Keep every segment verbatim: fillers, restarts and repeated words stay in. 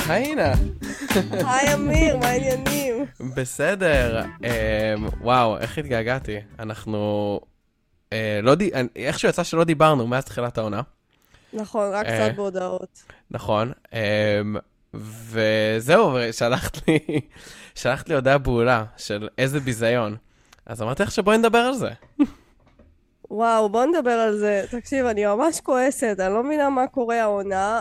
היי אינה. היי אמיר, מה העניינים? בסדר. וואו, איך התגעגעתי. אנחנו... איכשהו יצא שלא דיברנו מאז תחילת העונה. נכון, רק קצת בהודעות. נכון. וזהו, שלחת לי, שלחת לי הודעה בהולה של איזה ביזיון. אז אמרתי לך שבואי נדבר על זה. וואו, בוא נדבר על זה. תקשיב, אני ממש כועסת, אני לא מבינה מה קורה העונה,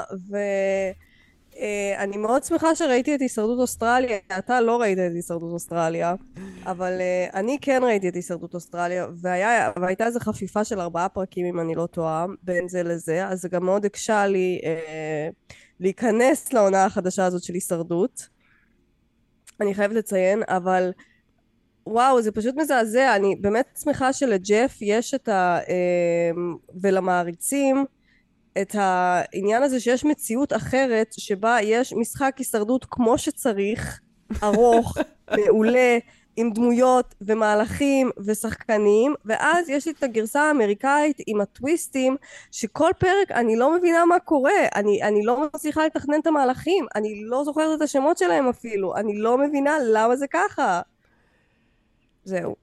ואני מאוד שמחה שראיתי את הישרדות אוסטרליה. אתה לא ראית את הישרדות אוסטרליה, אבל אני כן ראיתי את הישרדות אוסטרליה, והיה, והייתה איזו חפיפה של ארבעה פרקים, אם אני לא טועה, בין זה לזה, אז זה גם מאוד הקשה לי אה, להיכנס לעונה החדשה הזאת של הישרדות. אני חייבת לציין, אבל... וואו, זה פשוט מזעזע. אני באמת שמחה שלג'ף יש את ה... ולמעריצים את העניין הזה שיש מציאות אחרת שבה יש משחק הישרדות כמו שצריך, ארוך, מעולה, עם דמויות ומהלכים ושחקנים, ואז יש לי את הגרסה האמריקאית עם הטוויסטים, שכל פרק אני לא מבינה מה קורה, אני, אני לא מצליחה לתכנן את המהלכים, אני לא זוכרת את השמות שלהם אפילו, אני לא מבינה למה זה ככה. זהו.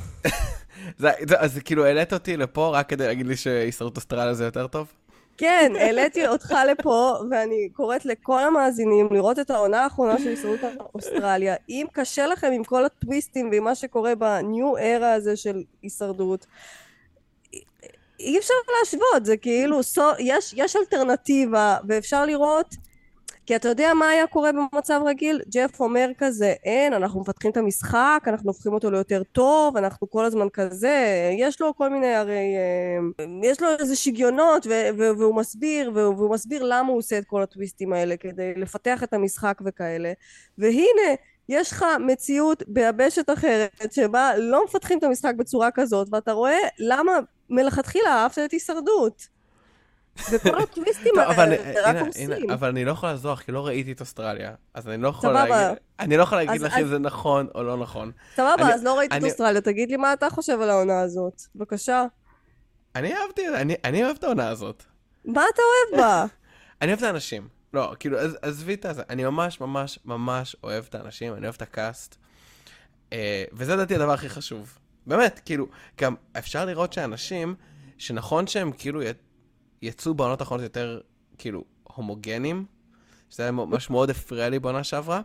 אז כאילו העלית אותי לפה רק כדי להגיד לי שהישרדות אוסטרליה זה יותר טוב? כן, העליתי אותך לפה, ואני קוראת לכל המאזינים לראות את העונה האחרונה של הישרדות אוסטרליה. אם קשה לכם עם כל הטוויסטים ועם מה שקורה בניו ארה הזה של הישרדות, אי אפשר להשוות, זה כאילו, יש, יש אלטרנטיבה, ואפשר לראות, כי אתה יודע מה היה קורה במצב רגיל? ג'ף אומר כזה, אין, אנחנו מפתחים את המשחק, אנחנו הופכים אותו ליותר טוב, אנחנו כל הזמן כזה, יש לו כל מיני, הרי, יש לו איזה שגיונות, והוא מסביר, והוא מסביר למה הוא עושה את כל הטוויסטים האלה, כדי לפתח את המשחק וכאלה, והנה, יש לך מציאות ביבשת אחרת, שבה לא מפתחים את המשחק בצורה כזאת, ואתה רואה למה מלכתחילה אהבת את הישרדות. וכל הטוויסטים האלה, זה רק עושים. אבל אני לא יכול לעזור, כי לא ראיתי את אוסטרליה. אז אני לא יכול להגיד, אני לא יכול להגיד לך אם זה נכון או לא נכון. סבבה, אז לא ראיתי את אוסטרליה. תגיד לי מה אתה חושב על העונה הזאת. בבקשה. אני אהבתי, אני אוהב את העונה הזאת. מה אתה אוהב בה? אני אוהב את האנשים. לא, כאילו, עזבי את זה. אני ממש, ממש, ממש אוהב את האנשים. אני אוהב את הקאסט. וזה דעתי הדבר הכי חשוב. באמת, כאילו, גם אפשר לראות שהאנשים, שנכון שהם כאילו יצאו בעונות האחרונות יותר, כאילו, הומוגנים, שזה ממש מאוד הפריע לי בעונה שעברה,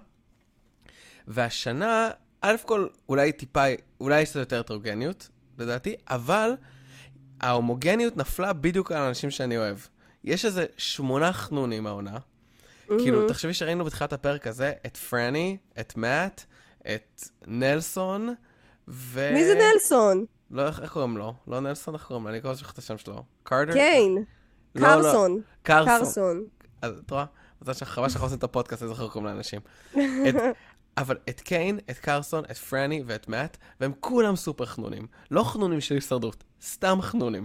והשנה, א' כל, אולי טיפה, אולי יש יותר הטרוגניות, לדעתי, אבל ההומוגניות נפלה בדיוק על האנשים שאני אוהב. יש איזה שמונה חנונים מהעונה, כאילו, תחשבי שראינו בתחילת הפרק הזה, את פרני, את מאט, את נלסון, ו... מי זה נלסון? לא, איך קוראים לו? לא נלסון, איך קוראים לו? אני קורא שכחת את השם שלו. קארטר? קיין. קרסון. קרסון. אז את רואה? אז חבל שאנחנו עושים את הפודקאסט, אני זוכר קוראים לאנשים. אבל את קיין, את קרסון, את פרני ואת מאט, והם כולם סופר חנונים. לא חנונים של הישרדות, סתם חנונים.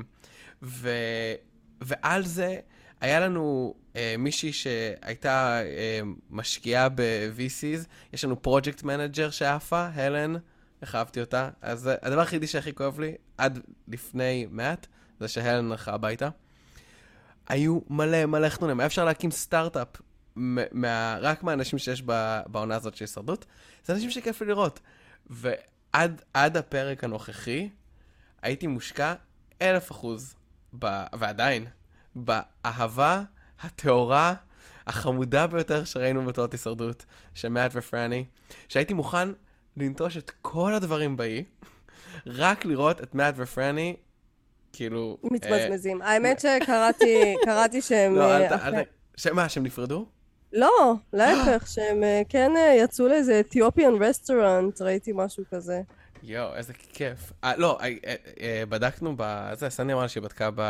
ועל זה היה לנו מישהי שהייתה משקיעה ב-וי סי'ס, יש לנו פרויקט מנג'ר שאהפה, הלן, איך אהבתי אותה. אז הדבר היחידי שהכי כואב לי, עד לפני מאט, זה שהלן הלכה הביתה. היו מלא מלא חנונים. היה אפשר להקים סטארט-אפ מה, רק מהאנשים שיש בעונה הזאת של הישרדות. זה אנשים שכיף לי לראות. ועד עד הפרק הנוכחי, הייתי מושקע אלף אחוז, ב, ועדיין, באהבה התאורה, החמודה ביותר שראינו בתורת הישרדות, של מאט ופרני, שהייתי מוכן לנטוש את כל הדברים באי, רק לראות את מאט ופרני, כאילו... מתמזמזים. האמת שקראתי, קראתי שהם... מה, שהם נפרדו? לא, להפך, שהם כן יצאו לאיזה אתיופיאן רסטורנט, ראיתי משהו כזה. יואו, איזה כיף. לא, בדקנו בזה, סני אמרה שהיא בדקה ב...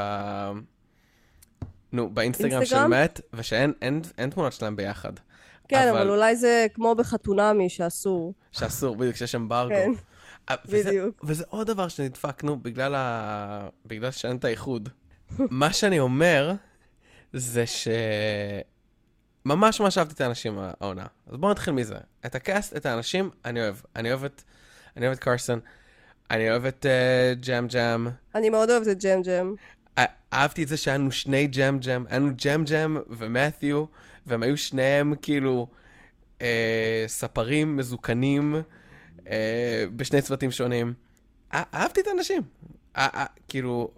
נו, באינסטגרם של מאט, ושאין תמונות שלהם ביחד. כן, אבל אולי זה כמו בחתונמי, שאסור. שאסור, בדיוק, שיש אמברגו. כן. בדיוק. וזה עוד דבר שנדפקנו בגלל ה... בגלל שאין את האיחוד. מה שאני אומר, זה ש... ממש ממש אהבתי את האנשים העונה. אז בואו נתחיל מזה. את הקאסט, את האנשים, אני אוהב. אני אוהב את... אני אוהב את קרסון. אני אוהב את ג'אם ג'אם. אני מאוד אוהבת את ג'אם ג'אם. אהבתי את זה שהיה לנו שני ג'ם ג'ם, היה לנו ג'ם ג'ם ומת'יו, והם היו שניהם כאילו אה, ספרים מזוקנים אה, בשני צוותים שונים. אה, אהבתי את האנשים. אה, אה, כאילו,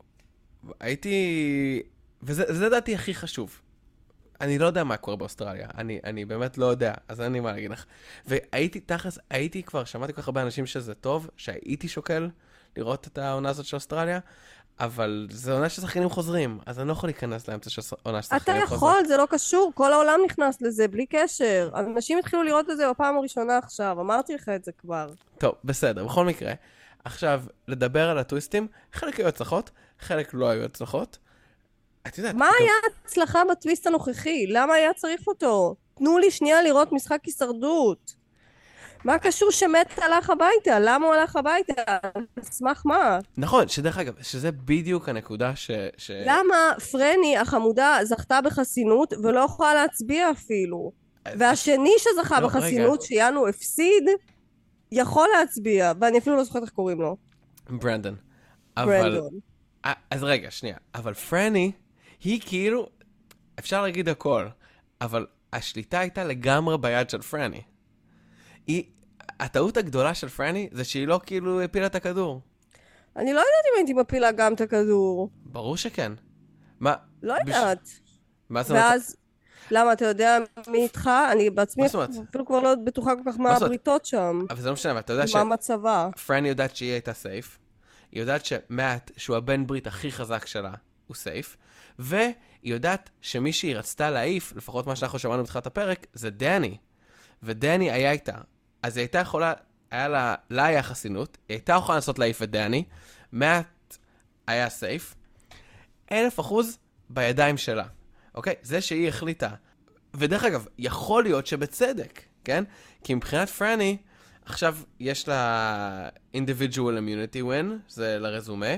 הייתי... וזה, וזה דעתי הכי חשוב. אני לא יודע מה קורה באוסטרליה, אני, אני באמת לא יודע, אז אין לי מה להגיד לך. והייתי תחס, הייתי כבר, שמעתי כל כך הרבה אנשים שזה טוב, שהייתי שוקל לראות את העונה הזאת של אוסטרליה, אבל זה עונה ששחקנים חוזרים, אז אני לא יכול להיכנס לאמצע של עונה ששחקנים חוזרים. אתה יכול, זה לא קשור, כל העולם נכנס לזה, בלי קשר. אנשים התחילו לראות את זה בפעם הראשונה עכשיו, אמרתי לך את זה כבר. טוב, בסדר, בכל מקרה. עכשיו, לדבר על הטוויסטים, חלק היו הצלחות, חלק לא היו הצלחות. את יודעת, מה גם... היה הצלחה בטוויסט הנוכחי? למה היה צריך אותו? תנו לי שנייה לראות משחק הישרדות. מה קשור שמת הלך הביתה? למה הוא הלך הביתה? אשמח מה? נכון, שדרך אגב, שזה בדיוק הנקודה ש... ש... למה פרני החמודה זכתה בחסינות ולא יכולה להצביע אפילו? והשני שזכה לא, בחסינות, שיאנו הפסיד, יכול להצביע, ואני אפילו לא זוכרת איך קוראים לו. ברנדון. ברנדון. אבל... אז רגע, שנייה. אבל פרני, היא כאילו... אפשר להגיד הכל, אבל השליטה הייתה לגמרי ביד של פרני. היא... הטעות הגדולה של פרני זה שהיא לא כאילו הפילה את הכדור. אני לא יודעת אם הייתי מפילה גם את הכדור. ברור שכן. מה? לא יודעת. בש... מה זאת אומרת? ואז, למה, אתה יודע מי איתך? אני בעצמי מה זאת אומרת? אפילו כבר לא בטוחה כל כך מה הבריתות שם. אבל זה לא משנה, אבל אתה יודע ש... מה מצבה? פרני יודעת שהיא הייתה סייף. היא יודעת שמאט, שהוא הבן ברית הכי חזק שלה, הוא סייף. והיא יודעת שמי שהיא רצתה להעיף, לפחות מה שאנחנו שמענו בתחילת הפרק, זה דני. ודני היה איתה. אז היא הייתה יכולה, היה לה, לה היה חסינות, היא הייתה יכולה לעשות להעיף את דני, מאט היה סייף, אלף אחוז בידיים שלה, אוקיי? זה שהיא החליטה. ודרך אגב, יכול להיות שבצדק, כן? כי מבחינת פרני, עכשיו יש לה individual immunity win, זה לרזומה,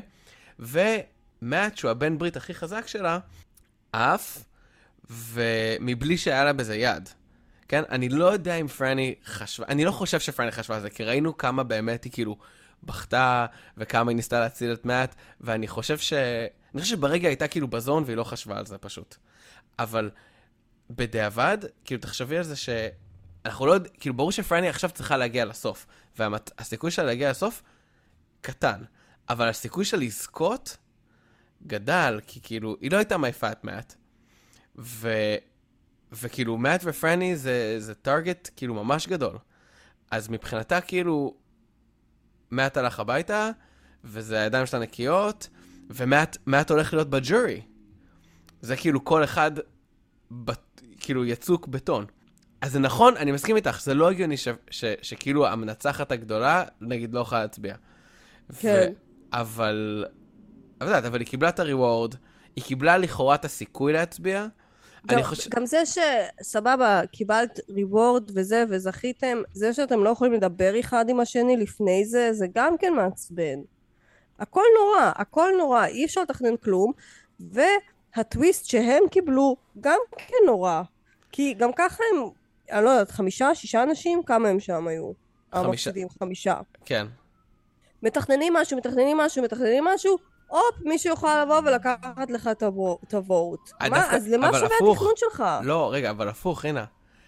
ומאט, שהוא הבן ברית הכי חזק שלה, אף, ומבלי שהיה לה בזה יד. כן? אני לא יודע אם פרני חשבה, אני לא חושב שפרני חשבה על זה, כי ראינו כמה באמת היא כאילו בכתה, וכמה היא ניסתה להציל את מאט, ואני חושב ש... אני חושב שברגע הייתה כאילו בזון, והיא לא חשבה על זה פשוט. אבל בדיעבד, כאילו תחשבי על זה ש... אנחנו לא יודע, כאילו ברור שפרני עכשיו צריכה להגיע לסוף, והסיכוי שלה להגיע לסוף, קטן. אבל הסיכוי שלה לזכות, גדל, כי כאילו, היא לא הייתה מעיפה את מאט. ו... וכאילו, מאט ופרני זה, זה טארגט כאילו ממש גדול. אז מבחינתה כאילו, מאט הלך הביתה, וזה הידיים שלה נקיות, ומאט, מאט הולך להיות בג'ורי. זה כאילו כל אחד, ב, כאילו יצוק בטון. אז זה נכון, אני מסכים איתך, זה לא הגיוני ש, ש, שכאילו המנצחת הגדולה, נגיד לא יכולה להצביע. כן. ו, אבל, אבל, אבל היא קיבלה את הריוורד, היא קיבלה לכאורה את הסיכוי להצביע, גם, חושב... גם זה שסבבה, קיבלת ריוורד וזה, וזכיתם, זה שאתם לא יכולים לדבר אחד עם השני לפני זה, זה גם כן מעצבן. הכל נורא, הכל נורא, אי אפשר לתכנן כלום, והטוויסט שהם קיבלו גם כן נורא. כי גם ככה הם, אני לא יודעת, חמישה, שישה אנשים, כמה הם שם היו? חמישה. המפסידים, חמישה. כן. מתכננים משהו, מתכננים משהו, מתכננים משהו, אופ, מישהו יוכל לבוא ולקחת לך את הוואוט. מה, אז למה שווה התכנון שלך? לא, רגע, אבל הפוך, הנה.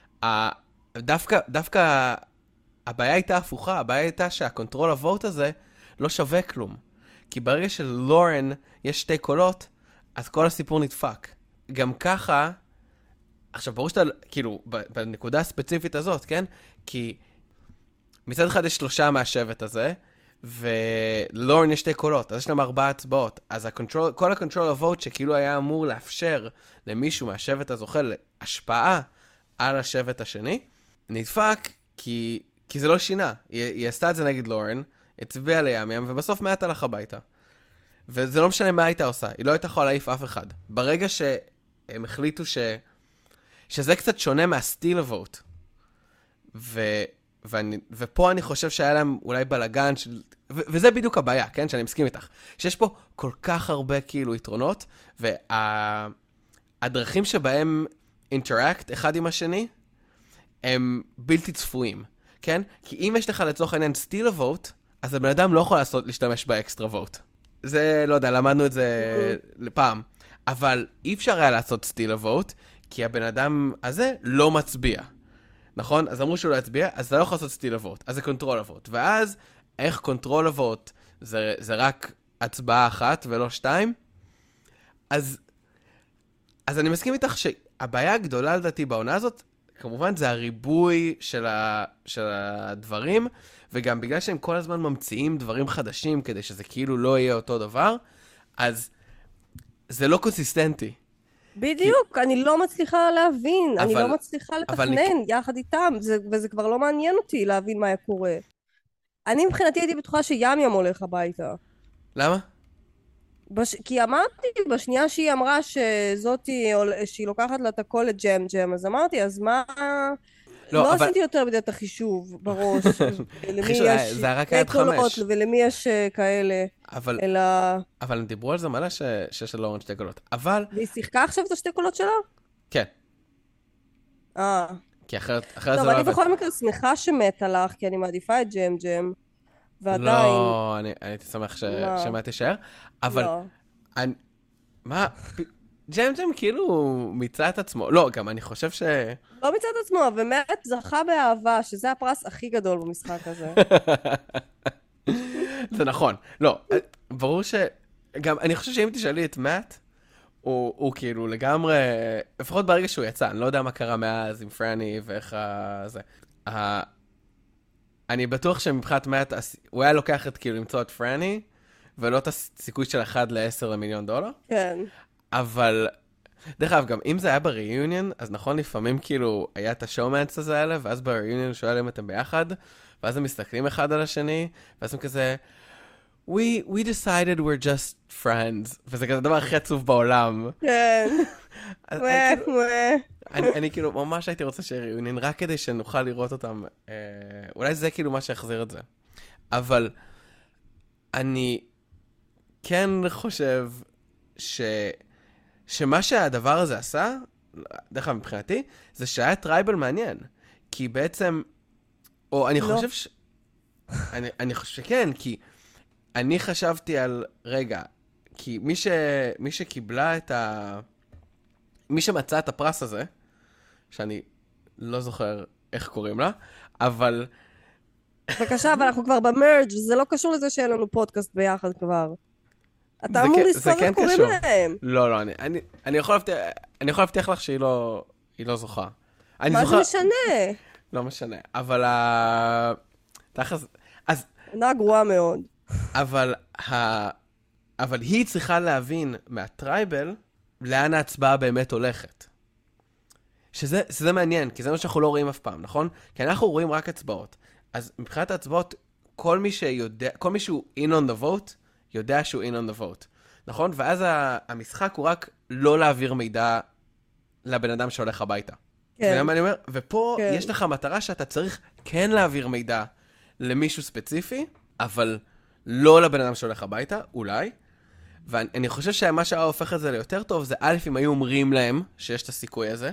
דווקא, דווקא, הבעיה הייתה הפוכה, הבעיה הייתה שהקונטרול הוואוט הזה לא שווה כלום. כי ברגע שלורן יש שתי קולות, אז כל הסיפור נדפק. גם ככה, עכשיו ברור שאתה, כאילו, בנקודה הספציפית הזאת, כן? כי מצד אחד יש שלושה מהשבט הזה, ולורן יש שתי קולות, אז יש להם ארבעה הצבעות. אז הקונטרול, כל הקונטרול הוואוט שכאילו היה אמור לאפשר למישהו מהשבט הזוכה להשפעה על השבט השני, נדפק כי, כי זה לא שינה. היא, היא עשתה את זה נגד לורן, הצביעה לימים, ובסוף מעט הלך הביתה. וזה לא משנה מה הייתה עושה, היא לא הייתה יכולה להעיף אף אחד. ברגע שהם החליטו ש... שזה קצת שונה מהסטיל הוואוט. ו... ואני, ופה אני חושב שהיה להם אולי בלגן, של, ו, וזה בדיוק הבעיה, כן? שאני מסכים איתך. שיש פה כל כך הרבה כאילו יתרונות, והדרכים שבהם אינטראקט אחד עם השני, הם בלתי צפויים, כן? כי אם יש לך לצורך העניין סטיל הוואוט, אז הבן אדם לא יכול לעשות, להשתמש באקסטרה וואוט. זה, לא יודע, למדנו את זה לפעם. אבל אי אפשר היה לעשות סטיל הווט, כי הבן אדם הזה לא מצביע. נכון? אז אמרו שהוא לא יצביע, אז אתה לא יכול לעשות סטיל הווט. אז זה קונטרול הווט. ואז, איך קונטרול הווט זה, זה רק הצבעה אחת ולא שתיים? אז, אז אני מסכים איתך שהבעיה הגדולה לדעתי בעונה הזאת, כמובן זה הריבוי של, ה, של הדברים, וגם בגלל שהם כל הזמן ממציאים דברים חדשים, כדי שזה כאילו לא יהיה אותו דבר, אז זה לא קונסיסטנטי. בדיוק, כי... אני לא מצליחה להבין, אבל, אני לא מצליחה לתכנן אני... יחד איתם, זה, וזה כבר לא מעניין אותי להבין מה קורה. אני מבחינתי הייתי בטוחה שיאם הולך הביתה. למה? בש... כי אמרתי, בשנייה שהיא אמרה שזאתי, שהיא לוקחת לה את הכל לג'ם ג'ם, אז אמרתי, אז מה... לא, לא אבל... עשיתי יותר מדי את החישוב בראש, למי יש שתי קולות ולמי יש כאלה, אבל... אלא... אבל הם דיברו על זה מלא ש... שיש לו שתי קולות, אבל... והיא שיחקה עכשיו את השתי קולות שלה? כן. אה. כי אחרת, אחרת טוב, זה לא... אני בכל מקרה שמחה שמת עליך, כי אני מעדיפה את ג'ם ג'ם, ועדיין... לא, אני הייתי שמח ש... שמת תישאר, אבל... לא. אני... מה... ג'ם ג'ם כאילו מיצה את עצמו. לא, גם אני חושב ש... לא מיצה את עצמו, ומט זכה באהבה, שזה הפרס הכי גדול במשחק הזה. זה נכון. לא, ברור ש... גם אני חושב שאם תשאלי את מאט, הוא, הוא כאילו לגמרי... לפחות ברגע שהוא יצא, אני לא יודע מה קרה מאז עם פרני ואיך זה. אני בטוח שמבחינת מאט, הוא היה לוקח את כאילו למצוא את פרני, ולא את הסיכוי של אחד לעשר למיליון דולר. כן. אבל, דרך אגב, גם אם זה היה בריאיוניון, אז נכון, לפעמים כאילו היה את השואומנס הזה האלה, ואז בריאיוניון שואל אם אתם ביחד, ואז הם מסתכלים אחד על השני, ואז הם כזה, we, we decided we're just friends, וזה כזה הדבר הכי עצוב בעולם. כן. אני כאילו, ממש הייתי רוצה שריאיוניון, רק כדי שנוכל לראות אותם, אולי זה כאילו מה שיחזיר את זה. אבל, אני כן חושב ש... שמה שהדבר הזה עשה, דרך כלל מבחינתי, זה שהיה טרייבל מעניין. כי בעצם, או אני לא. חושב ש... אני, אני חושב שכן, כי אני חשבתי על, רגע, כי מי, ש... מי שקיבלה את ה... מי שמצא את הפרס הזה, שאני לא זוכר איך קוראים לה, אבל... בבקשה, אבל אנחנו כבר במרג' וזה לא קשור לזה שאין לנו פודקאסט ביחד כבר. אתה אמור לזכור איך קוראים להם. לא, לא, אני, אני, אני יכול להבטיח, אני יכול להבטיח לך שהיא לא, היא לא זוכה. מה זה משנה? לא משנה, אבל ה... תחז... אז... עונה גרועה מאוד. אבל ה... אבל היא צריכה להבין מהטרייבל לאן ההצבעה באמת הולכת. שזה, שזה מעניין, כי זה מה שאנחנו לא רואים אף פעם, נכון? כי אנחנו רואים רק הצבעות. אז מבחינת ההצבעות, כל מי שיודע, כל מי שהוא in on the vote, יודע שהוא in on the vote, נכון? ואז המשחק הוא רק לא להעביר מידע לבן אדם שהולך הביתה. כן. ולמה אני אומר? ופה כן. יש לך מטרה שאתה צריך כן להעביר מידע למישהו ספציפי, אבל לא לבן אדם שהולך הביתה, אולי. ואני חושב שמה שהיה הופך את זה ליותר טוב, זה א' אם היו אומרים להם שיש את הסיכוי הזה,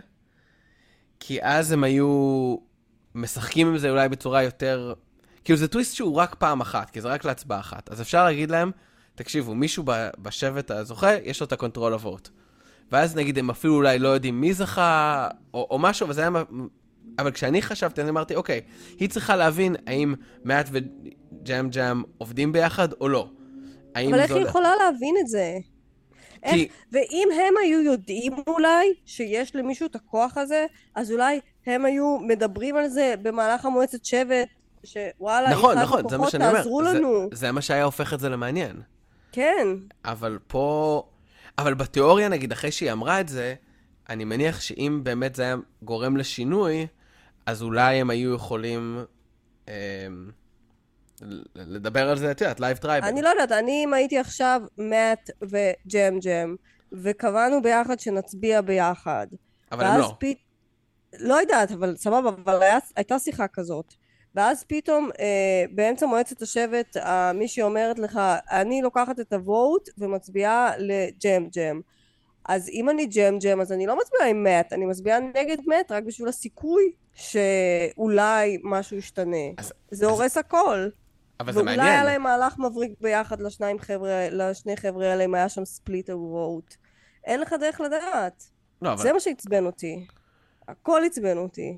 כי אז הם היו משחקים עם זה אולי בצורה יותר... כאילו זה טוויסט שהוא רק פעם אחת, כי זה רק להצבעה אחת. אז אפשר להגיד להם, תקשיבו, מישהו בשבט הזוכה, יש לו את הקונטרול הווט. ואז נגיד, הם אפילו אולי לא יודעים מי זכה, או, או משהו, וזה היה... אבל כשאני חשבתי, אני אמרתי, אוקיי, היא צריכה להבין האם מאט וג'אם ג'אם עובדים ביחד או לא. אבל איך היא יכולה להבין את זה? איך... כי... ואם הם היו יודעים אולי שיש למישהו את הכוח הזה, אז אולי הם היו מדברים על זה במהלך המועצת שבט, שוואלה, נכון, נכון, זה מה שאני אומר. תעזרו לנו. זה, זה מה שהיה הופך את זה למעניין. כן. אבל פה... אבל בתיאוריה, נגיד, אחרי שהיא אמרה את זה, אני מניח שאם באמת זה היה גורם לשינוי, אז אולי הם היו יכולים אה, לדבר על זה, את יודעת, לייב טרייבל. אני לא יודעת, אני אם הייתי עכשיו מאט וג'ם ג'ם, וקבענו ביחד שנצביע ביחד. אבל הם לא. פית... לא יודעת, אבל סבבה, אבל היה, הייתה שיחה כזאת. ואז פתאום, אה, באמצע מועצת השבט, אה, מישהי אומרת לך, אני לוקחת את הווט ומצביעה לג'ם ג'ם. אז אם אני ג'ם ג'ם, אז אני לא מצביעה עם מאט, אני מצביעה נגד מאט, רק בשביל הסיכוי שאולי משהו ישתנה. אז, זה אז, הורס הכל. אבל זה ואולי מעניין. היה להם מהלך מבריק ביחד לשניים חבר'ה, לשני חבר'ה האלה, אם היה שם ספליט ווט. אין לך דרך לדעת. לא, אבל... זה מה שעצבן אותי. הכל עצבן אותי.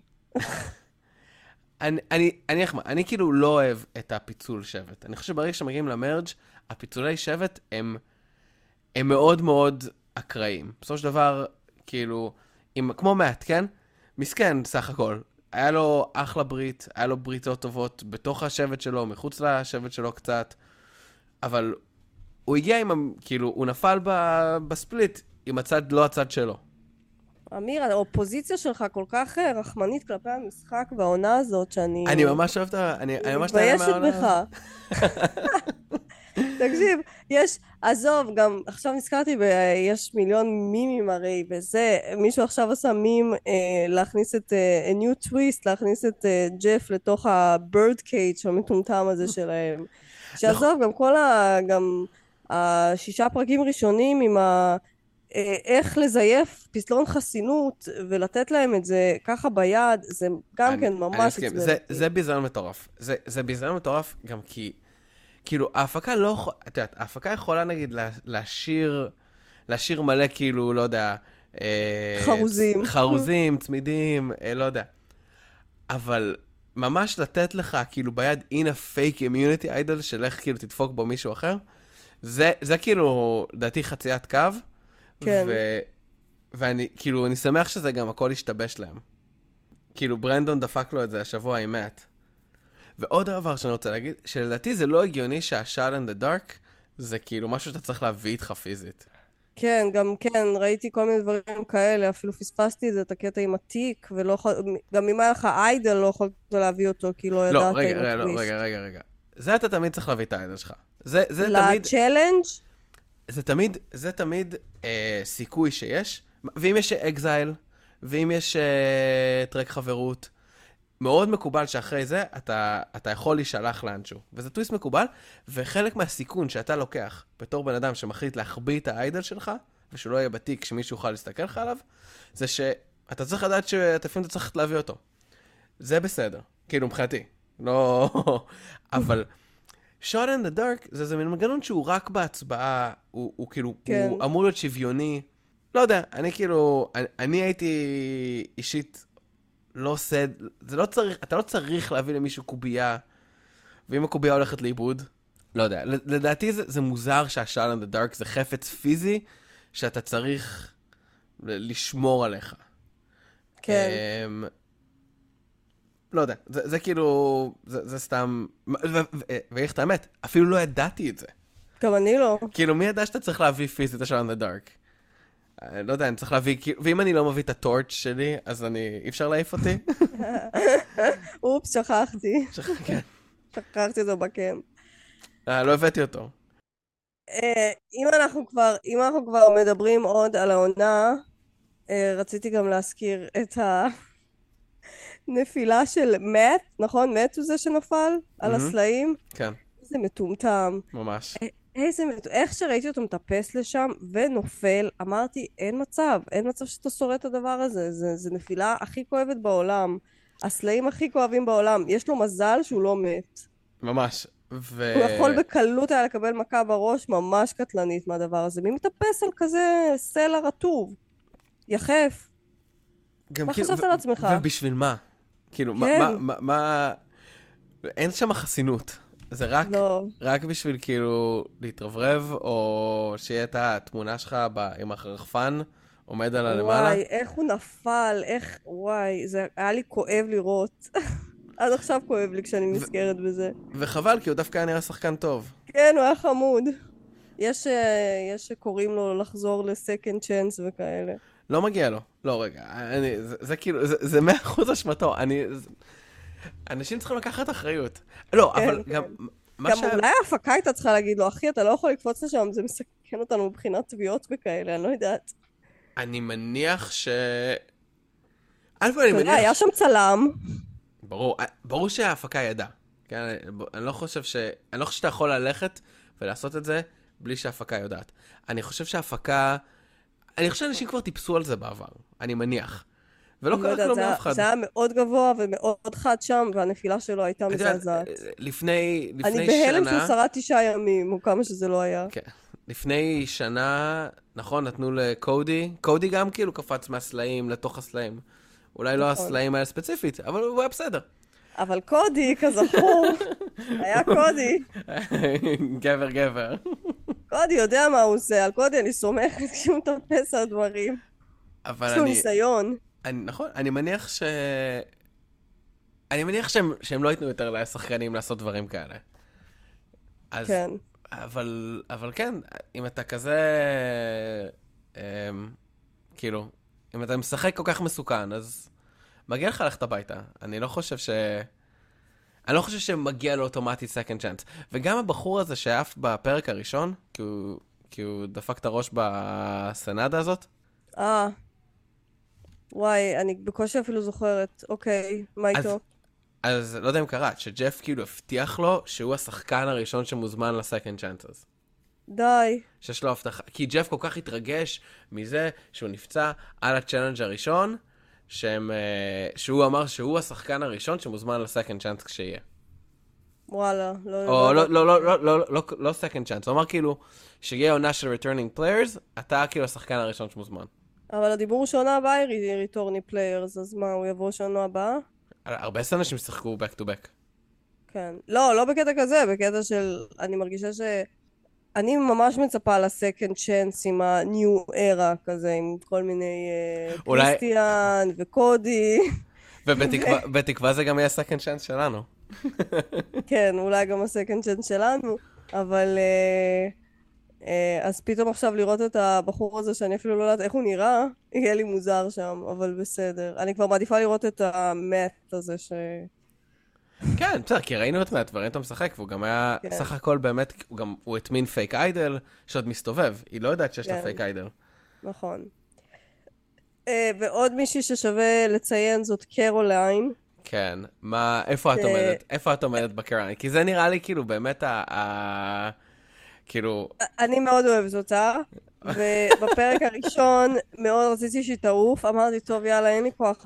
אני, אני, אני, אני, אני כאילו לא אוהב את הפיצול שבט. אני חושב שברגע שמגיעים למרג', הפיצולי שבט הם, הם מאוד מאוד אקראיים. בסופו של דבר, כאילו, עם, כמו מאט, כן? מסכן, סך הכל. היה לו אחלה ברית, היה לו בריתות טובות בתוך השבט שלו, מחוץ לשבט שלו קצת, אבל הוא הגיע עם, ה- כאילו, הוא נפל ב, בספליט עם הצד, לא הצד שלו. אמיר, האופוזיציה שלך כל כך אה, רחמנית כלפי המשחק והעונה הזאת, שאני... אני ממש אוהב את ה... אני, אני ממש מתביישת נהנה מהעונה. בך. תקשיב, יש, עזוב, גם עכשיו נזכרתי, ב- יש מיליון מימים הרי, וזה, מישהו עכשיו עשה מים אה, להכניס את, אה, a new twist, להכניס את אה, ג'ף לתוך ה-bird cage המטומטם הזה שלהם. שעזוב, גם כל ה... גם השישה פרקים ראשונים עם ה... אה, איך לזייף פסלון חסינות ולתת להם את זה ככה ביד, זה גם אני- כן אני ממש מסכים. עצבן זה, אותי. זה ביזיון מטורף. זה, זה ביזיון מטורף גם כי, כאילו, ההפקה לא יכול, את יודעת, ההפקה יכולה נגיד לה- להשאיר, להשאיר מלא כאילו, לא יודע, אה, חרוזים. צ- חרוזים, צמידים, אה, לא יודע. אבל ממש לתת לך כאילו ביד in a fake immunity idol של איך כאילו תדפוק בו מישהו אחר, זה, זה כאילו, לדעתי חציית קו. כן. ו... ואני, כאילו, אני שמח שזה גם הכל השתבש להם. כאילו, ברנדון דפק לו את זה השבוע עם מאט. ועוד דבר שאני רוצה להגיד, שלדעתי זה לא הגיוני שהשאט in the dark זה כאילו משהו שאתה צריך להביא איתך פיזית. כן, גם כן, ראיתי כל מיני דברים כאלה, אפילו פספסתי את זה, את הקטע עם התיק, ולא יכול... גם אם היה לך איידל, לא יכולת להביא אותו, כי לא לא, ידעת רגע, עם רגע, לא, הטוויסט. רגע, רגע, רגע. זה אתה תמיד צריך להביא את האיידל שלך. זה, זה תמיד, לצ'לנג'? זה תמיד, זה תמיד אה, סיכוי שיש. ואם יש אקזייל, ואם יש אה, טרק חברות, מאוד מקובל שאחרי זה אתה, אתה יכול להישלח לאנשהו. וזה טוויסט מקובל, וחלק מהסיכון שאתה לוקח בתור בן אדם שמחליט להחביא את האיידל שלך, ושלא יהיה בתיק שמישהו יוכל להסתכל לך עליו, זה שאתה צריך לדעת שאתה לפעמים אתה צריך להביא אותו. זה בסדר, כאילו מבחינתי. לא... אבל shot in the dark זה זה מין מנגנון שהוא רק בהצבעה, הוא, הוא כאילו, כן. הוא אמור להיות שוויוני. לא יודע, אני כאילו, אני, אני הייתי אישית לא עושה, זה לא צריך, אתה לא צריך להביא למישהו קובייה, ואם הקובייה הולכת לאיבוד, לא יודע, לדעתי זה, זה מוזר שהשאט in the dark זה חפץ פיזי, שאתה צריך לשמור עליך. כן. Um, לא יודע, זה, זה כאילו, זה, זה סתם, ואיך את האמת, אפילו לא ידעתי את זה. גם אני לא. כאילו, מי ידע שאתה צריך להביא פיזית את השאט in the dark? אני לא יודע, אני צריך להביא, כאילו, ואם אני לא מביא את הטורץ' שלי, אז אני, אי אפשר להעיף אותי? אופס, שכחתי. כן. שכחתי אותו בקמפ. אה, לא הבאתי אותו. אה, אם אנחנו כבר, אם אנחנו כבר מדברים עוד על העונה, אה, רציתי גם להזכיר את הנפילה של מאט, נכון? מאט הוא זה שנפל על מהמם. הסלעים. כן, איזה מטומטם. ממש. איזה מטומטם. איך שראיתי אותו מטפס לשם ונופל, אמרתי, אין מצב, אין מצב שאתה שורד את הדבר הזה. זה, זה נפילה הכי כואבת בעולם. הסלעים הכי כואבים בעולם. יש לו מזל שהוא לא מת. ממש. ו... הוא יכול בקלות היה לקבל מכה בראש ממש קטלנית מהדבר הזה. מי מטפס על כזה סלע רטוב? יחף. גם מה כאילו, חשבת ו- על עצמך? ובשביל מה? כאילו, מה, כן. מה, מה, מה... אין שם חסינות. זה רק, לא. רק בשביל כאילו להתרברב, או שיהיה את התמונה שלך ב... עם הרחפן, עומד על הלמעלה. וואי, איך הוא נפל, איך, וואי, זה היה לי כואב לראות. עד עכשיו כואב לי כשאני נזכרת בזה. וחבל, כי הוא דווקא היה נראה שחקן טוב. כן, הוא היה חמוד. יש, אה, יש שקוראים לו לחזור לסקנד צ'אנס וכאלה. לא מגיע לו. לא, רגע, אני, זה, זה כאילו, זה, זה מאה אחוז אשמתו. אני... זה... אנשים צריכים לקחת אחריות. לא, כן, אבל כן. גם... מה גם שה- אולי ההפקה הייתה צריכה להגיד לו, אחי, אתה לא יכול לקפוץ לשם, זה מסכן אותנו מבחינת תביעות וכאלה, אני לא יודעת. אני מניח ש... אלף אני אתה יודע, מניח... היה שם צלם. ברור, ברור שההפקה ידעה. כן, אני- אני לא חושב ש... אני לא חושב שאתה יכול ללכת ולעשות את זה בלי שההפקה יודעת. אני חושב שההפקה... אני חושב שאנשים כבר טיפסו על זה בעבר, אני מניח. ולא לא קרה יודעת, כלום זה היה- לאף אחד. זה היה מאוד גבוה ומאוד חד שם, והנפילה שלו הייתה את יודעת, מזעזעת. לפני, אני לפני בהלם שהוא שנה, שרד תשעה ימים, או כמה שזה לא היה. כן, לפני שנה, נכון, נתנו לקודי, קודי גם כאילו קפץ מהסלעים לתוך הסלעים. אולי לא נכון. הסלעים האלה ספציפית, אבל הוא היה בסדר. אבל קודי, כזכור, היה קודי. גבר גבר. קודי יודע מה הוא עושה, על קודי אני סומכת כשהוא מטפס על דברים. אבל יש לו אני, ניסיון. אני, נכון, אני מניח ש... אני מניח שהם, שהם לא ייתנו יותר לשחקנים לעשות דברים כאלה. אז, כן. אבל, אבל כן, אם אתה כזה, אמ, כאילו, אם אתה משחק כל כך מסוכן, אז מגיע לך ללכת הביתה. אני לא חושב ש... אני לא חושב שמגיע לו אוטומטית second chance. וגם הבחור הזה שעף בפרק הראשון, כי הוא, כי הוא דפק את הראש בסנדה הזאת, אה. וואי, אני בקושי אפילו זוכרת. אוקיי, מה אז, איתו? אז לא יודע אם קראת, שג'ף כאילו הבטיח לו שהוא השחקן הראשון שמוזמן ל-second chances. די. שיש לו הבטחה, כי ג'ף כל כך התרגש מזה שהוא נפצע על הצ'אלנג' הראשון, שהם, אה, שהוא אמר שהוא השחקן הראשון שמוזמן ל-second chance כשיהיה. וואלה. לא, או לא, יודעת. לא, לא, לא, לא, לא, לא second chance, הוא אמר כאילו, שיהיה עונה של returning players, אתה כאילו השחקן הראשון שמוזמן. אבל הדיבור הוא שעונה הבאה היא ריטורני פליירס, אז מה, הוא יבוא שעונה הבאה? הרבה אנשים שיחקו back to back. כן. לא, לא בקטע כזה, בקטע של... אני מרגישה ש... אני ממש מצפה לסקנד צ'אנס עם ה-new era כזה, עם כל מיני אה, אולי- קריסטיאן וקודי. ובתקווה זה גם יהיה second chance שלנו. כן, אולי גם הסקנד צ'אנס שלנו, אבל... אה, אה, אז פתאום עכשיו לראות את הבחור הזה, שאני אפילו לא יודעת איך הוא נראה, יהיה לי מוזר שם, אבל בסדר. אני כבר מעדיפה לראות את המט הזה ש... כן, בסדר, כי ראינו את מעט, וראינו אותו משחק, והוא גם היה, כן. סך הכל באמת, הוא גם, הוא הטמין פייק איידל, שעוד מסתובב. היא לא יודעת שיש לה כן. פייק איידל. נכון. אה, ועוד מישהי ששווה לציין זאת קרוליין. כן, מה, איפה את ש- עומדת? איפה את עומדת בקריירה? כי זה נראה לי כאילו באמת ה... ה- כאילו, אני מאוד אוהבת אותה, ובפרק הראשון מאוד רציתי שהיא תעוף, אמרתי טוב יאללה אין לי כוח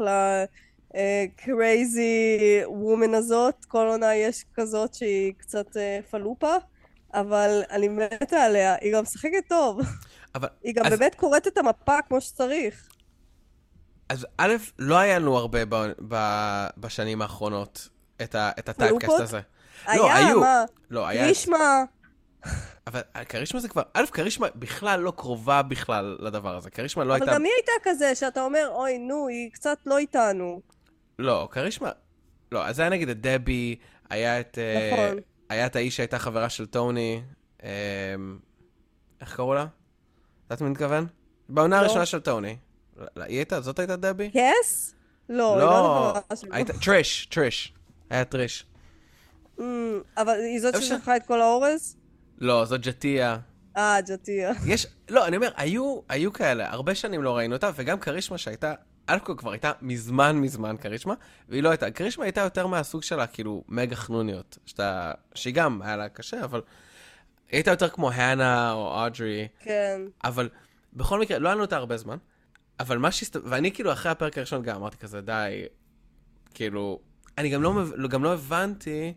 לקרייזי וומן הזאת, כל עונה יש כזאת שהיא קצת אה, פלופה, אבל אני מתה עליה, היא גם משחקת טוב, אבל, היא גם אז, באמת קוראת את המפה כמו שצריך. אז א', לא היה לנו הרבה ב, ב, בשנים האחרונות את, ה, את הטייפקאסט פלופות? הזה. היה, לא, היו. מה? לא, היה... קרישמה, אבל קרישמה זה כבר, א', קרישמה בכלל לא קרובה בכלל לדבר הזה. קרישמה לא אבל הייתה... גם היא הייתה כזה שאתה אומר אוי נו היא קצת לא איתנו. לא, קרישמה... לא, אז היה נגיד את דבי, היה את... אה, נכון. היה את האיש שהייתה חברה של טוני, אה, איך קראו לה? יודעת מי מתכוון? בעונה לא. הראשונה של טוני. לא, היא הייתה, זאת הייתה דבי? קס? לא, היא לא, לא חברה שלו. הייתה, טריש, טריש. היה טריש. Mm, אבל היא זאת איפה ש- ששלחה את כל האורז? לא, זאת ג'טיה. אה, ג'טיה. יש, לא, אני אומר, היו, היו כאלה, הרבה שנים לא ראינו אותה, וגם קרישמה שהייתה, אלכוהול כבר הייתה מזמן מזמן קרישמה, והיא לא הייתה, קרישמה הייתה יותר מהסוג שלה, כאילו, מגה חנוניות, שאתה, שהיא גם היה לה קשה, אבל היא הייתה יותר כמו הנה או אודרי, כן. אבל בכל מקרה, לא היה לנו אותה הרבה זמן, אבל מה שהסת... ואני כאילו אחרי הפרק הראשון גם אמרתי כזה, די, כאילו, אני גם לא, מב- גם לא הבנתי,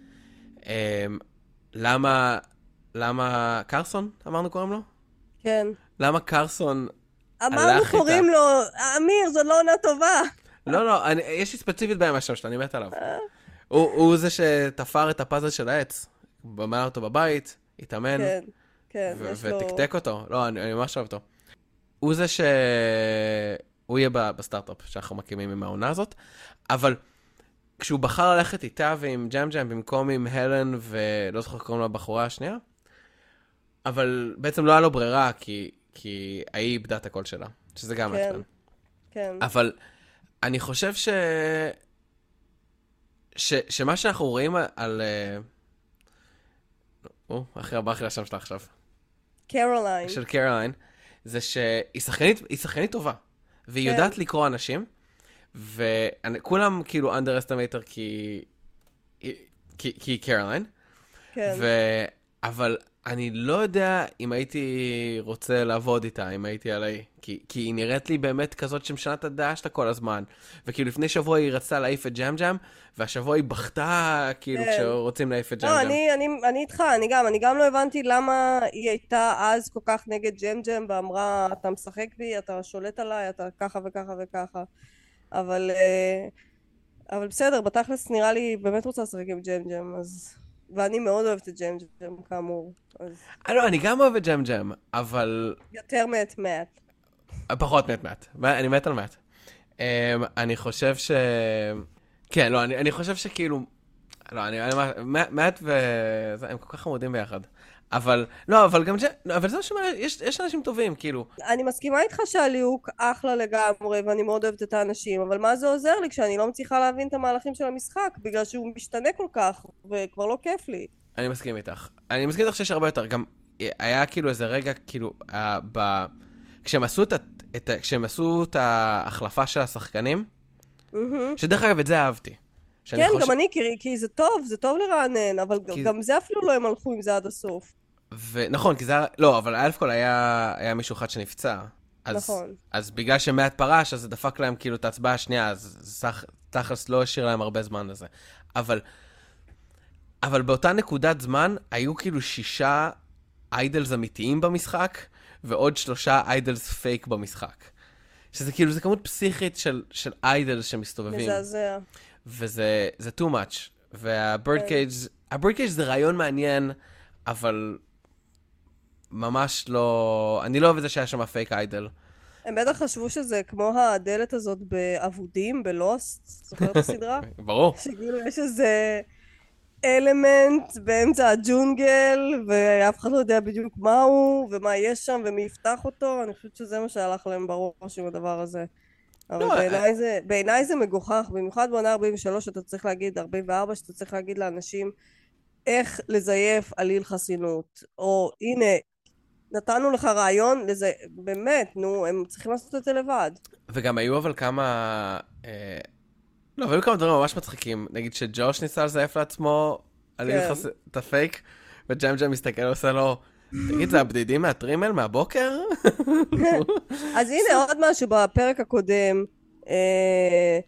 אמ, למה, למה קרסון, אמרנו קוראים לו? כן. למה קרסון אמרנו הלך קוראים איתה? לו, אמיר, זו לא עונה טובה. לא, לא, אני, יש לי ספציפית בעיה מהשם שלו, אני מת עליו. הוא, הוא זה שתפר את הפאזל של העץ, במעלה אותו בבית, התאמן, כן, כן, ו- יש לו... ותקתק אותו. לא, אני, אני ממש אוהב אותו. הוא זה ש... הוא יהיה ב- בסטארט-אפ שאנחנו מקימים עם העונה הזאת, אבל כשהוא בחר ללכת איתה ועם ג'אם ג'אם במקום עם הלן ולא זוכר קוראים לה הבחורה השנייה, אבל בעצם לא היה לו ברירה, כי, כי היא איבדה את הקול שלה, שזה גם כן, מעצבן. כן. אבל אני חושב ש... ש... שמה שאנחנו רואים על... או, אחרי הבא אחרי השם שלה עכשיו. קרוליין. של קרוליין, זה שהיא שחקנית, היא שחקנית טובה. והיא כן. יודעת לקרוא אנשים, וכולם כאילו underestimator כי... כי כי היא קרוליין. כן. ו... אבל אני לא יודע אם הייתי רוצה לעבוד איתה, אם הייתי עליי. כי, כי היא נראית לי באמת כזאת שמשנה את הדעה שלה כל הזמן. וכאילו לפני שבוע היא רצתה להעיף את ג'אם ג'אם, והשבוע היא בכתה כאילו כן. כשרוצים להעיף את ג'אם לא, ג'אם. אני, אני, אני איתך, אני גם, אני גם לא הבנתי למה היא הייתה אז כל כך נגד ג'ם ג'ם ואמרה, אתה משחק בי, אתה שולט עליי, אתה ככה וככה וככה. אבל, אה, אבל בסדר, בתכלס נראה לי, היא באמת רוצה לשחק עם ג'ם ג'ם, אז... ואני מאוד אוהבת את ג'ם ג'ם, כאמור. אז אה, לא, אני גם אוהב את ג'אם ג'אם, אבל יותר מאת מאט. פחות מעט מעט. אני מת על מעט. Um, אני חושב ש... כן, לא, אני, אני חושב שכאילו... לא, אני... אני מעט ו... הם כל כך חמודים ביחד. אבל... לא, אבל גם... לא, אבל זה מה שאומר, יש, יש אנשים טובים, כאילו. אני מסכימה איתך שהליהוק אחלה לגמרי, ואני מאוד אוהבת את האנשים, אבל מה זה עוזר לי כשאני לא מצליחה להבין את המהלכים של המשחק, בגלל שהוא משתנה כל כך, וכבר לא כיף לי. אני מסכים איתך. אני מסכים איתך שיש הרבה יותר. גם היה כאילו איזה רגע, כאילו, uh, ב... כשהם עשו את, את, כשהם עשו את ההחלפה של השחקנים, Mm-hmm. שדרך אגב את זה אהבתי. כן, חושב... גם אני, כי, כי זה טוב, זה טוב לרענן, אבל כי... גם זה אפילו לא הם הלכו עם זה עד הסוף. ונכון, כי זה היה... לא, אבל אלף כל היה, היה מישהו אחד שנפצע. אז, נכון. אז בגלל שמעט פרש, אז זה דפק להם כאילו את ההצבעה השנייה, אז סך, תכלס לא השאיר להם הרבה זמן לזה. אבל, אבל באותה נקודת זמן, היו כאילו שישה איידלס אמיתיים במשחק, ועוד שלושה איידלס פייק במשחק. שזה כאילו, זה כמות פסיכית של, של איידלס שמסתובבים. מזעזע. וזה, זה too much. והבירד קייג', הבירד קייג' זה רעיון מעניין, אבל ממש לא... אני לא אוהב את זה שהיה שם פייק איידל. הם בטח חשבו שזה כמו הדלת הזאת באבודים, בלוסט, זוכר את הסדרה? ברור. שכאילו יש איזה אלמנט באמצע הג'ונגל, ואף אחד לא יודע בדיוק מה הוא, ומה יש שם, ומי יפתח אותו. אני חושבת שזה מה שהלך להם בראש עם הדבר הזה. אבל לא, בעיניי זה, בעיניי זה מגוחך, במיוחד בעונה ארבעים ושלוש, אתה צריך להגיד, ארבעים וארבע, שאתה צריך להגיד לאנשים איך לזייף עליל חסינות. או הנה, נתנו לך רעיון, לזה, באמת, נו, הם צריכים לעשות את זה לבד. וגם היו אבל כמה... אה, לא, אבל היו כמה דברים ממש מצחיקים. נגיד שג'וש ניסה לזייף לעצמו עליל כן. חס... את הפייק, וג'אם ג'אם מסתכל ועושה לו, תגיד, זה הבדידים מהטרימל מהבוקר? אז הנה עוד משהו בפרק הקודם. אה,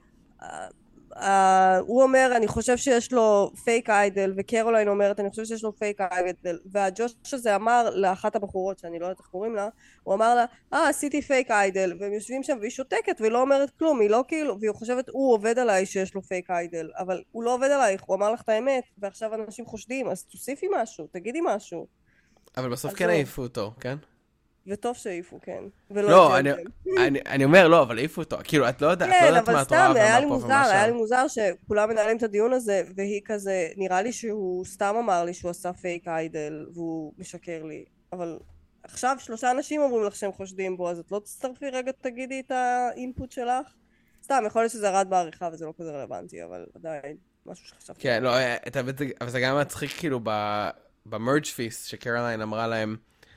אה, הוא אומר, אני חושב שיש לו פייק איידל, וקרוליין אומרת, אני חושב שיש לו פייק איידל, והג'וש הזה אמר לאחת הבחורות, שאני לא יודעת איך קוראים לה, הוא אמר לה, אה, עשיתי פייק איידל, והם יושבים שם והיא שותקת ולא אומרת כלום, היא לא כאילו, והיא חושבת, הוא עובד עליי שיש לו פייק איידל, אבל הוא לא עובד עלייך, הוא אמר לך את האמת, ועכשיו אנשים חושדים, אז תוסיפי משהו, תגידי משהו. אבל בסוף אז כן לא. העיפו אותו, כן? וטוב שהעיפו, כן. ולא לא, את אני, ג'נטל. אני, אני אומר לא, אבל העיפו אותו. כאילו, את לא יודעת, את לא כן, יודעת אבל מה את סתם, רואה היה לי ומה פה מוזר, ומה היה לי שם. מוזר שכולם מנהלים את הדיון הזה, והיא כזה, נראה לי שהוא סתם אמר לי שהוא עשה פייק איידל, והוא משקר לי. אבל עכשיו שלושה אנשים אומרים לך שהם חושדים בו, אז את לא תצטרפי רגע, תגידי את האינפוט שלך? סתם, יכול להיות שזה ירד בעריכה וזה לא כזה רלוונטי, אבל עדיין, משהו שחשבתי. כן, לא, את האמת, זה- אבל זה גם מצחיק כאילו במרג' פיסט, שקרוליין אמרה להם,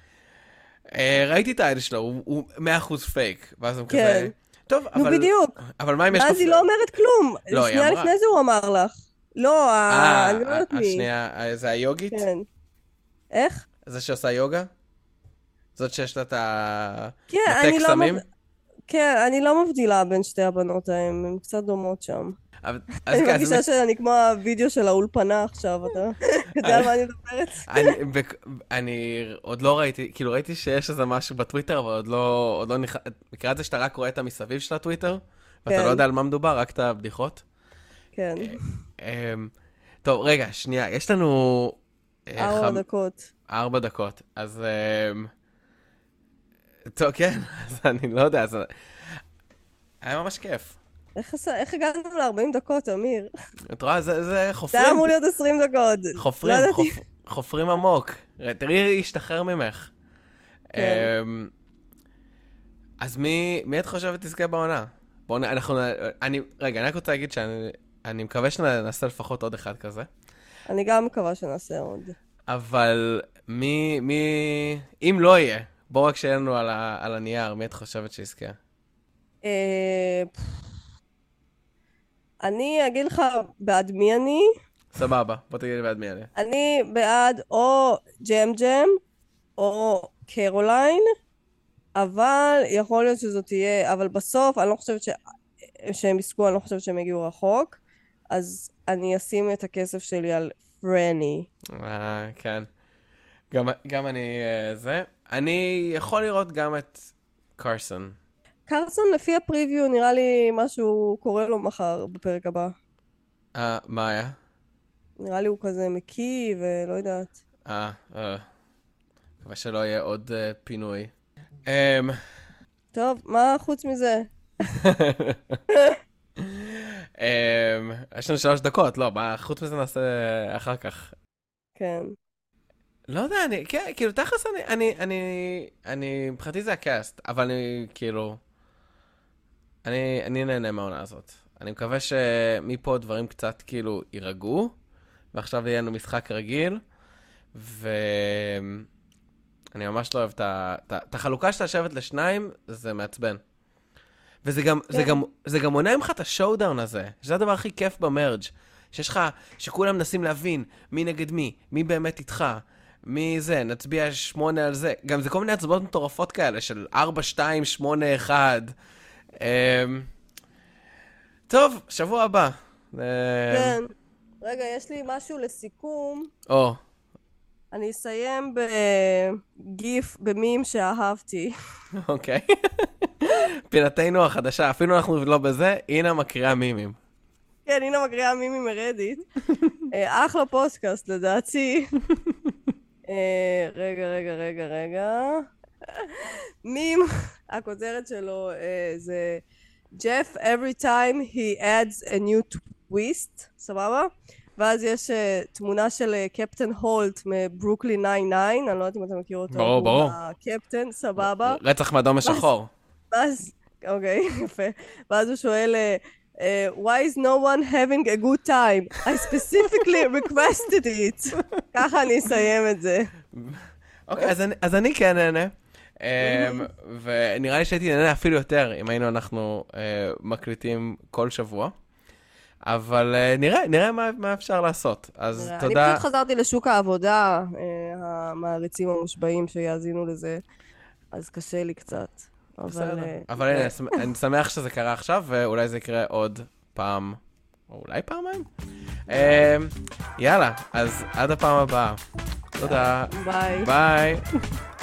"אה, ראיתי את האיידל שלו, הוא- הוא מאה אחוז פייק. ואז הם כן. כזה, טוב, נו אבל... בדיוק, אבל מה אם יש לו... ואז היא לא אומרת כלום. לא, היא שנייה אמרה. לפני זה הוא אמר לך. לא, ה- אה, אני לא יודעת מי. השנייה, אה, זה היוגית? כן. איך? זה שעושה יוגה? זאת שיש לה את כן, המטה אני לא... קסמים? מב- כן, אני לא מבדילה בין שתי הבנות ההם, הן קצת דומות שם. אבל- אז אני כן, אז מרגישה שאני כמו הוידאו של האולפנה עכשיו, אתה יודע על מה אני מדברת? אני, בק- אני עוד לא ראיתי, כאילו ראיתי שיש איזה משהו בטוויטר, אבל עוד לא, עוד לא נכ... מכירה את זה שאתה רק רואה את המסביב של הטוויטר, ואתה כן. לא יודע על מה מדובר, רק את הבדיחות. כן, אמ, טוב, רגע, שנייה, יש לנו... אה, ארבע חמ- דקות. ארבע דקות, אז... אמ, טוב, כן, אז אני לא יודע, אז... היה ממש כיף. איך עשה- איך הגענו ל-ארבעים דקות, אמיר? את רואה, זה, זה זה היה חופרים, אמור להיות עשרים דקות. חופרים, לא ידעתי. חופ- חופרים עמוק. תראי, ישתחרר ממך. כן. אמ, אז מי, מי את חושבת תזכה בעונה? בואו, נ- אנחנו, אני, רגע, אני רק רוצה להגיד שאני אני מקווה שנעשה לפחות עוד אחד כזה, אני גם מקווה שנעשה עוד. אבל מי, מי, אם לא יהיה, בואו רק שיהיה לנו על, ה, על הנייר, מי את חושבת שיזכה? אה, פff, אני אגיד לך בעד מי אני. סבבה, בוא תגיד לי בעד מי אני. אני בעד או ג'ם ג'ם או קרוליין, אבל יכול להיות שזאת תהיה, אבל בסוף אני לא חושבת ש... שהם יסקו, אני לא חושבת שהם יגיעו רחוק, אז אני אשים את הכסף שלי על פרני. אה, כן. גם, גם אני אה, זה. אני יכול לראות גם את קרסון. קרסון לפי הפריוויו נראה לי משהו קורה לו מחר בפרק הבא. אה, מה היה? נראה לי הוא כזה מקיא ולא יודעת. אה, אה. מקווה שלא יהיה עוד אה, פינוי. אמ... טוב, מה חוץ מזה? אמ... יש לנו שלוש דקות, לא, מה, חוץ מזה נעשה אחר כך. כן. לא יודע, אני, כן, כאילו, תכלס אני, אני, אני, אני, מבחינתי זה הקאסט, אבל אני, כאילו, אני, אני נהנה מהעונה הזאת. אני מקווה שמפה דברים קצת, כאילו, יירגעו, ועכשיו יהיה לנו משחק רגיל, ואני ממש לא אוהב את ה... את החלוקה של השבט לשניים, זה מעצבן. וזה גם, זה גם, זה גם מונע ממך את השואודאון הזה, שזה הדבר הכי כיף במרג', שיש לך, שכולם מנסים להבין מי נגד מי, מי באמת איתך, מי זה, נצביע שמונה על זה. גם זה כל מיני הצבעות מטורפות כאלה, של ארבע, שתיים, שמונה, אחד. טוב, שבוע הבא. כן. רגע, יש לי משהו לסיכום. או. אני אסיים בגיף, במים שאהבתי. אוקיי. פינתנו החדשה, אפילו אנחנו לא בזה, הנה מקריאה מימים. כן, הנה מקריאה מימים מרדיט. אחלה פודקאסט, לדעתי. רגע, רגע, רגע, רגע. מים, הכותרת שלו זה Jeff every time he adds a new twist, סבבה? ואז יש תמונה של קפטן הולט מברוקלין תשע תשע, אני לא יודעת אם אתה מכיר אותו. ברור, ברור. הקפטן, סבבה. רצח מאדום משחור. ואז, אוקיי, יפה. ואז הוא שואל, why is no one having a good time? I specifically requested it. ככה אני אסיים את זה. אוקיי, אז אני כן נהנה. ונראה לי שהייתי נהנה אפילו יותר אם היינו אנחנו מקליטים כל שבוע. אבל נראה, נראה מה, מה אפשר לעשות. אז נראה. תודה. אני פשוט חזרתי לשוק העבודה, המעריצים המושבעים שיאזינו לזה, אז קשה לי קצת. בסדר. אבל הנה, אני שמח שזה קרה עכשיו, ואולי זה יקרה עוד פעם, או אולי פעמיים. יאללה, אז עד הפעם הבאה. תודה. ביי. ביי.